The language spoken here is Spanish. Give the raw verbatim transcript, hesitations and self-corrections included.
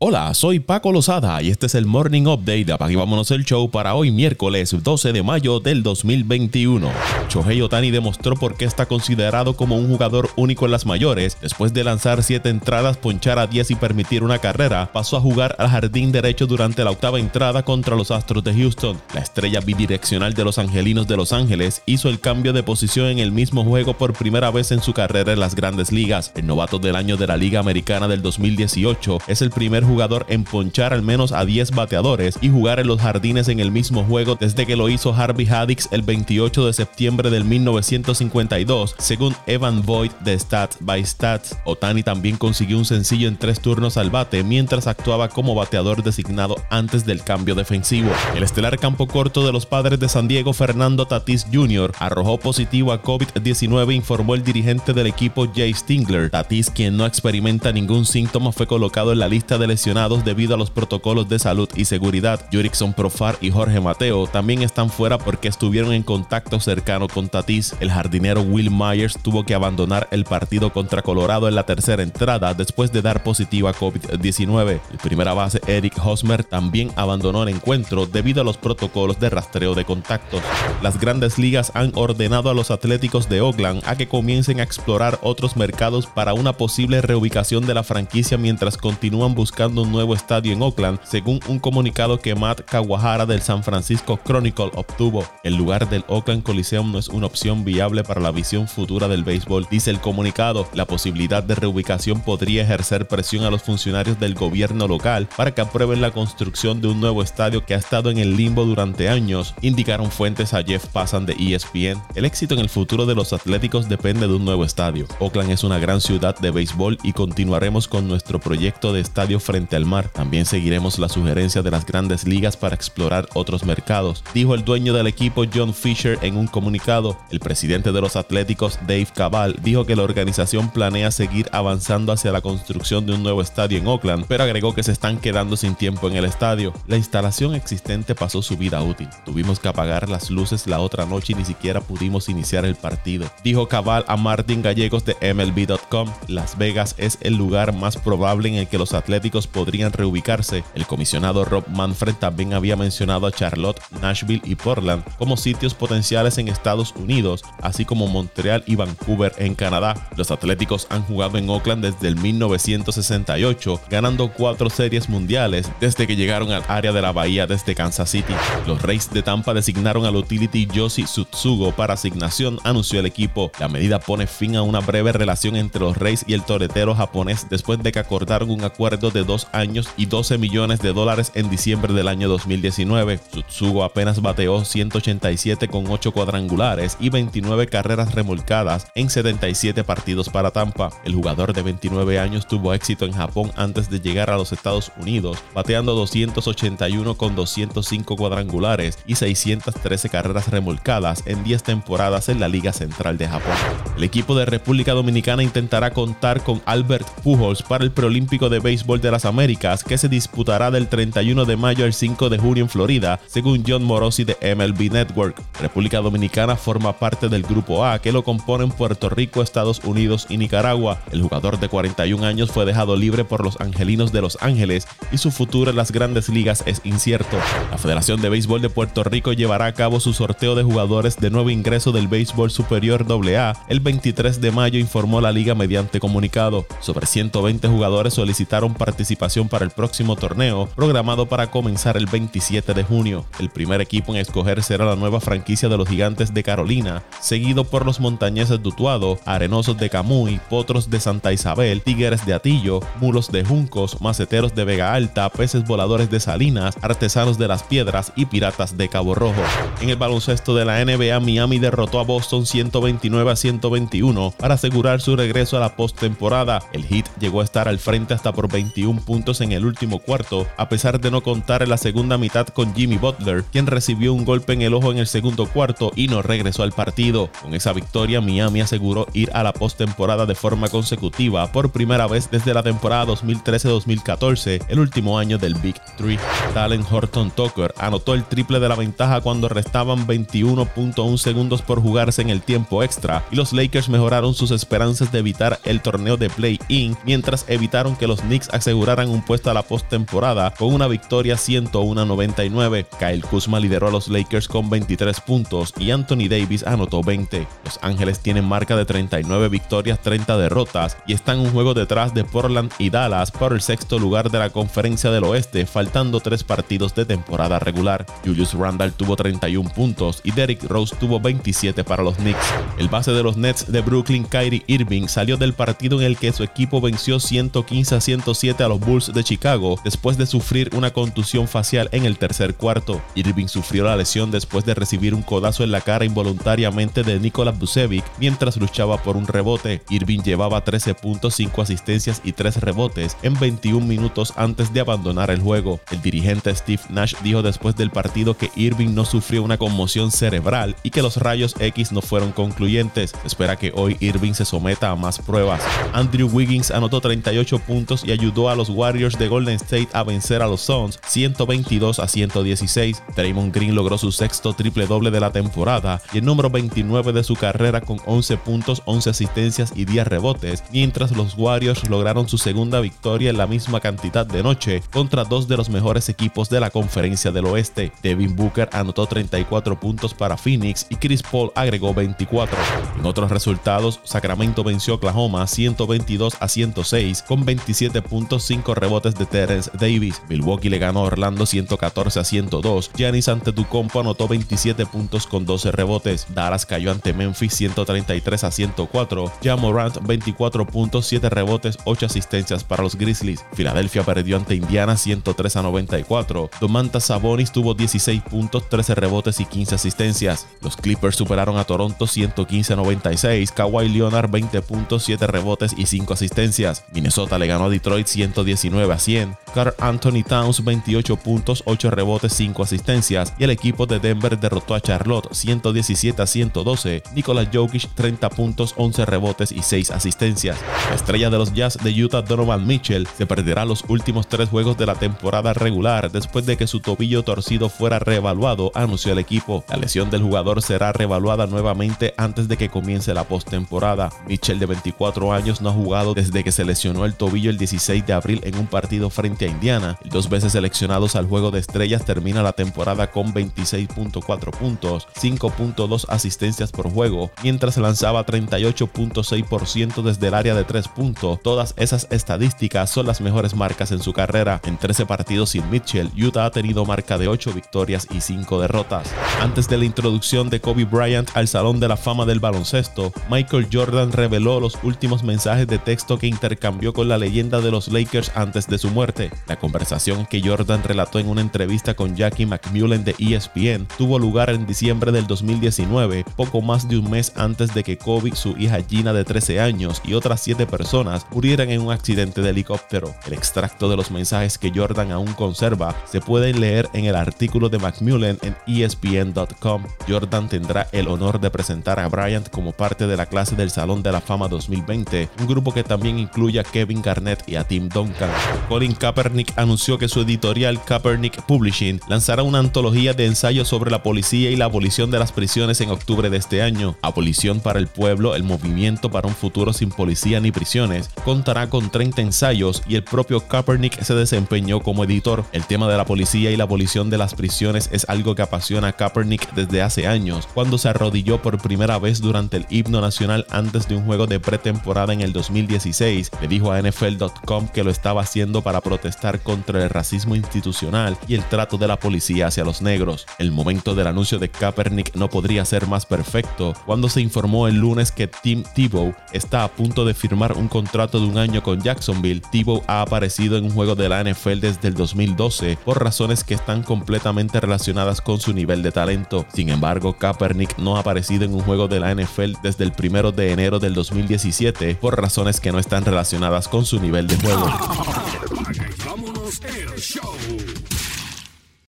Hola, soy Paco Lozada y este es el Morning Update de Apaga y Vámonos el Show para hoy miércoles doce de mayo del dos mil veintiuno. Shohei Ohtani demostró por qué está considerado como un jugador único en las mayores. Después de lanzar siete entradas, ponchar a diez y permitir una carrera, pasó a jugar al jardín derecho durante la octava entrada contra los Astros de Houston. La estrella bidireccional de los Angelinos de Los Ángeles hizo el cambio de posición en el mismo juego por primera vez en su carrera en las Grandes Ligas. El novato del año de la Liga Americana del dos mil dieciocho es el primer jugador en ponchar al menos a diez bateadores y jugar en los jardines en el mismo juego desde que lo hizo Harvey Haddix el veintiocho de septiembre del mil novecientos cincuenta y dos, según Evan Boyd de Stats by Stats. Ohtani también consiguió un sencillo en tres turnos al bate mientras actuaba como bateador designado antes del cambio defensivo. El estelar campo corto de los Padres de San Diego, Fernando Tatis junior, arrojó positivo a COVID diecinueve, informó el dirigente del equipo Jay Stingler. Tatis, quien no experimenta ningún síntoma, fue colocado en la lista de lesionados debido a los protocolos de salud y seguridad. Jurickson Profar y Jorge Mateo también están fuera porque estuvieron en contacto cercano con Tatis. El jardinero Will Myers tuvo que abandonar el partido contra Colorado en la tercera entrada después de dar positivo a COVID diecinueve. El primera base Eric Hosmer también abandonó el encuentro debido a los protocolos de rastreo de contactos. Las Grandes Ligas han ordenado a los Atléticos de Oakland a que comiencen a explorar otros mercados para una posible reubicación de la franquicia mientras continúan buscando un nuevo estadio en Oakland, según un comunicado que Matt Kawahara del San Francisco Chronicle obtuvo. El lugar del Oakland Coliseum no es una opción viable para la visión futura del béisbol, dice el comunicado. La posibilidad de reubicación podría ejercer presión a los funcionarios del gobierno local para que aprueben la construcción de un nuevo estadio que ha estado en el limbo durante años, indicaron fuentes a Jeff Passan de E S P N. El éxito en el futuro de los Atléticos depende de un nuevo estadio. Oakland es una gran ciudad de béisbol y continuaremos con nuestro proyecto de estadio frente al mar. También seguiremos la sugerencia de las Grandes Ligas para explorar otros mercados, dijo el dueño del equipo John Fisher en un comunicado. El presidente de los Atléticos, Dave Kaval, dijo que la organización planea seguir avanzando hacia la construcción de un nuevo estadio en Oakland, pero agregó que se están quedando sin tiempo en el estadio. La instalación existente pasó su vida útil. Tuvimos que apagar las luces la otra noche y ni siquiera pudimos iniciar el partido, dijo Kaval a Martin Gallegos de M L B punto com. Las Vegas es el lugar más probable en el que los Atléticos podrían reubicarse. El comisionado Rob Manfred también había mencionado a Charlotte, Nashville y Portland como sitios potenciales en Estados Unidos, así como Montreal y Vancouver en Canadá. Los Atléticos han jugado en Oakland desde el mil novecientos sesenta y ocho, ganando cuatro series mundiales desde que llegaron al área de la bahía desde Kansas City. Los Rays de Tampa designaron al utility Yoshi Tsutsugo para asignación, anunció el equipo. La medida pone fin a una breve relación entre los Rays y el toretero japonés después de que acordaron un acuerdo de dos años y doce millones de dólares en diciembre del año dos mil diecinueve. Tsutsugo apenas bateó ciento ochenta y siete con ocho cuadrangulares y veintinueve carreras remolcadas en setenta y siete partidos para Tampa. El jugador de veintinueve años tuvo éxito en Japón antes de llegar a los Estados Unidos, bateando doscientos ochenta y uno con doscientos cinco cuadrangulares y seiscientas trece carreras remolcadas en diez temporadas en la Liga Central de Japón. El equipo de República Dominicana intentará contar con Albert Pujols para el Preolímpico de Béisbol de las Américas, que se disputará del treinta y uno de mayo al cinco de junio en Florida, según John Morosi de M L B Network. República Dominicana forma parte del Grupo A, que lo componen Puerto Rico, Estados Unidos y Nicaragua. El jugador de cuarenta y un años fue dejado libre por los Angelinos de Los Ángeles y su futuro en las Grandes Ligas es incierto. La Federación de Béisbol de Puerto Rico llevará a cabo su sorteo de jugadores de nuevo ingreso del Béisbol Superior doble A el veintitrés de mayo, informó la liga mediante comunicado. Sobre ciento veinte jugadores solicitaron participación para el próximo torneo, programado para comenzar el veintisiete de junio. El primer equipo en escoger será la nueva franquicia de los Gigantes de Carolina, seguido por los Montañeses de Utuado, Arenosos de Camuy, Potros de Santa Isabel, Tigres de Atillo, Mulos de Juncos, Maceteros de Vega Alta, Peces Voladores de Salinas, Artesanos de las Piedras y Piratas de Cabo Rojo. En el baloncesto de la N B A, Miami derrotó a Boston ciento veintinueve a ciento veintiuno para asegurar su regreso a la postemporada. El Heat llegó a estar al frente hasta por veintiún puntos en el último cuarto, a pesar de no contar en la segunda mitad con Jimmy Butler, quien recibió un golpe en el ojo en el segundo cuarto y no regresó al partido. Con esa victoria, Miami aseguró ir a la postemporada de forma consecutiva por primera vez desde la temporada dos mil trece dos mil catorce, el último año del Big Three. Talen Horton Tucker anotó el triple de la ventaja cuando restaban veintiuno punto uno segundos por jugarse en el tiempo extra, y los Lakers mejoraron sus esperanzas de evitar el torneo de play-in mientras evitaron que los Knicks aseguraran aseguraran un puesto a la postemporada con una victoria ciento uno a noventa y nueve. Kyle Kuzma lideró a los Lakers con veintitrés puntos y Anthony Davis anotó veinte. Los Ángeles tienen marca de treinta y nueve victorias, treinta derrotas y están un juego detrás de Portland y Dallas por el sexto lugar de la Conferencia del Oeste, faltando tres partidos de temporada regular. Julius Randle tuvo treinta y uno puntos y Derrick Rose tuvo veintisiete para los Knicks. El base de los Nets de Brooklyn, Kyrie Irving, salió del partido en el que su equipo venció ciento quince a ciento siete a los Bulls de Chicago después de sufrir una contusión facial en el tercer cuarto. Irving sufrió la lesión después de recibir un codazo en la cara involuntariamente de Nikola Vucevic mientras luchaba por un rebote. Irving llevaba trece puntos, cinco asistencias y tres rebotes en veintiún minutos antes de abandonar el juego. El dirigente Steve Nash dijo después del partido que Irving no sufrió una conmoción cerebral y que los rayos X no fueron concluyentes. Se espera que hoy Irving se someta a más pruebas. Andrew Wiggins anotó treinta y ocho puntos y ayudó a los Warriors de Golden State a vencer a los Suns ciento veintidós a ciento dieciséis. Draymond Green logró su sexto triple doble de la temporada y el número veintinueve de su carrera con once puntos, once asistencias y diez rebotes, mientras los Warriors lograron su segunda victoria en la misma cantidad de noche contra dos de los mejores equipos de la Conferencia del Oeste. Devin Booker anotó treinta y cuatro puntos para Phoenix y Chris Paul agregó veinticuatro. En otros resultados, Sacramento venció a Oklahoma ciento veintidós a ciento seis con veintisiete puntos, cinco rebotes de Terence Davis. Milwaukee le ganó a Orlando ciento catorce a ciento dos. Giannis Antetokounmpo anotó veintisiete puntos con doce rebotes. Dallas cayó ante Memphis ciento treinta y tres a ciento cuatro. Ja Morant veinticuatro puntos, siete rebotes, ocho asistencias para los Grizzlies. Filadelfia perdió ante Indiana ciento tres a noventa y cuatro. Domantas Sabonis tuvo dieciséis puntos, trece rebotes y quince asistencias. Los Clippers superaron a Toronto ciento quince a noventa y seis. Kawhi Leonard veinte puntos, siete rebotes y cinco asistencias. Minnesota le ganó a Detroit ciento diecinueve a cien. Karl Anthony Towns veintiocho puntos, ocho rebotes, cinco asistencias y el equipo de Denver derrotó a Charlotte ciento diecisiete a ciento doce. Nikola Jokic treinta puntos, once rebotes y seis asistencias. La estrella de los Jazz de Utah, Donovan Mitchell, se perderá los últimos tres juegos de la temporada regular después de que su tobillo torcido fuera reevaluado, anunció el equipo. La lesión del jugador será reevaluada nuevamente antes de que comience la postemporada. Mitchell, de veinticuatro años, no ha jugado desde que se lesionó el tobillo el dieciséis de abril en un partido frente a Indiana. El dos veces seleccionados al Juego de Estrellas termina la temporada con veintiséis punto cuatro puntos, cinco punto dos asistencias por juego, mientras lanzaba treinta y ocho punto seis por ciento desde el área de tres puntos. Todas esas estadísticas son las mejores marcas en su carrera. En trece partidos sin Mitchell, Utah ha tenido marca de ocho victorias y cinco derrotas. Antes de la introducción de Kobe Bryant al Salón de la Fama del baloncesto, Michael Jordan reveló los últimos mensajes de texto que intercambió con la leyenda de los Lakers antes de su muerte. La conversación que Jordan relató en una entrevista con Jackie McMullen de E S P N tuvo lugar en diciembre del dos mil diecinueve, poco más de un mes antes de que Kobe, su hija Gina de trece años y otras siete personas murieran en un accidente de helicóptero. El extracto de los mensajes que Jordan aún conserva se pueden leer en el artículo de McMullen en E S P N punto com. Jordan tendrá el honor de presentar a Bryant como parte de la clase del Salón de la Fama dos mil veinte, un grupo que también incluye a Kevin Garnett y a Tim Duncan. Colin Kaepernick anunció que su editorial Kaepernick Publishing lanzará una antología de ensayos sobre la policía y la abolición de las prisiones en octubre de este año. Abolición para el Pueblo, el movimiento para un futuro sin policía ni prisiones, contará con treinta ensayos y el propio Kaepernick se desempeñó como editor. El tema de la policía y la abolición de las prisiones es algo que apasiona a Kaepernick desde hace años, cuando se arrodilló por primera vez durante el himno nacional antes de un juego de pretemporada en el dos mil dieciséis. Le dijo a N F L punto com que lo estaba haciendo para protestar contra el racismo institucional y el trato de la policía hacia los negros. El momento del anuncio de Kaepernick no podría ser más perfecto cuando se informó el lunes que Tim Tebow está a punto de firmar un contrato de un año con Jacksonville. Tebow ha aparecido en un juego de la N F L desde el dos mil doce por razones que están completamente relacionadas con su nivel de talento. Sin embargo, Kaepernick no ha aparecido en un juego de la N F L desde el primero de enero del dos mil diecisiete por razones que no están relacionadas con su nivel de juego.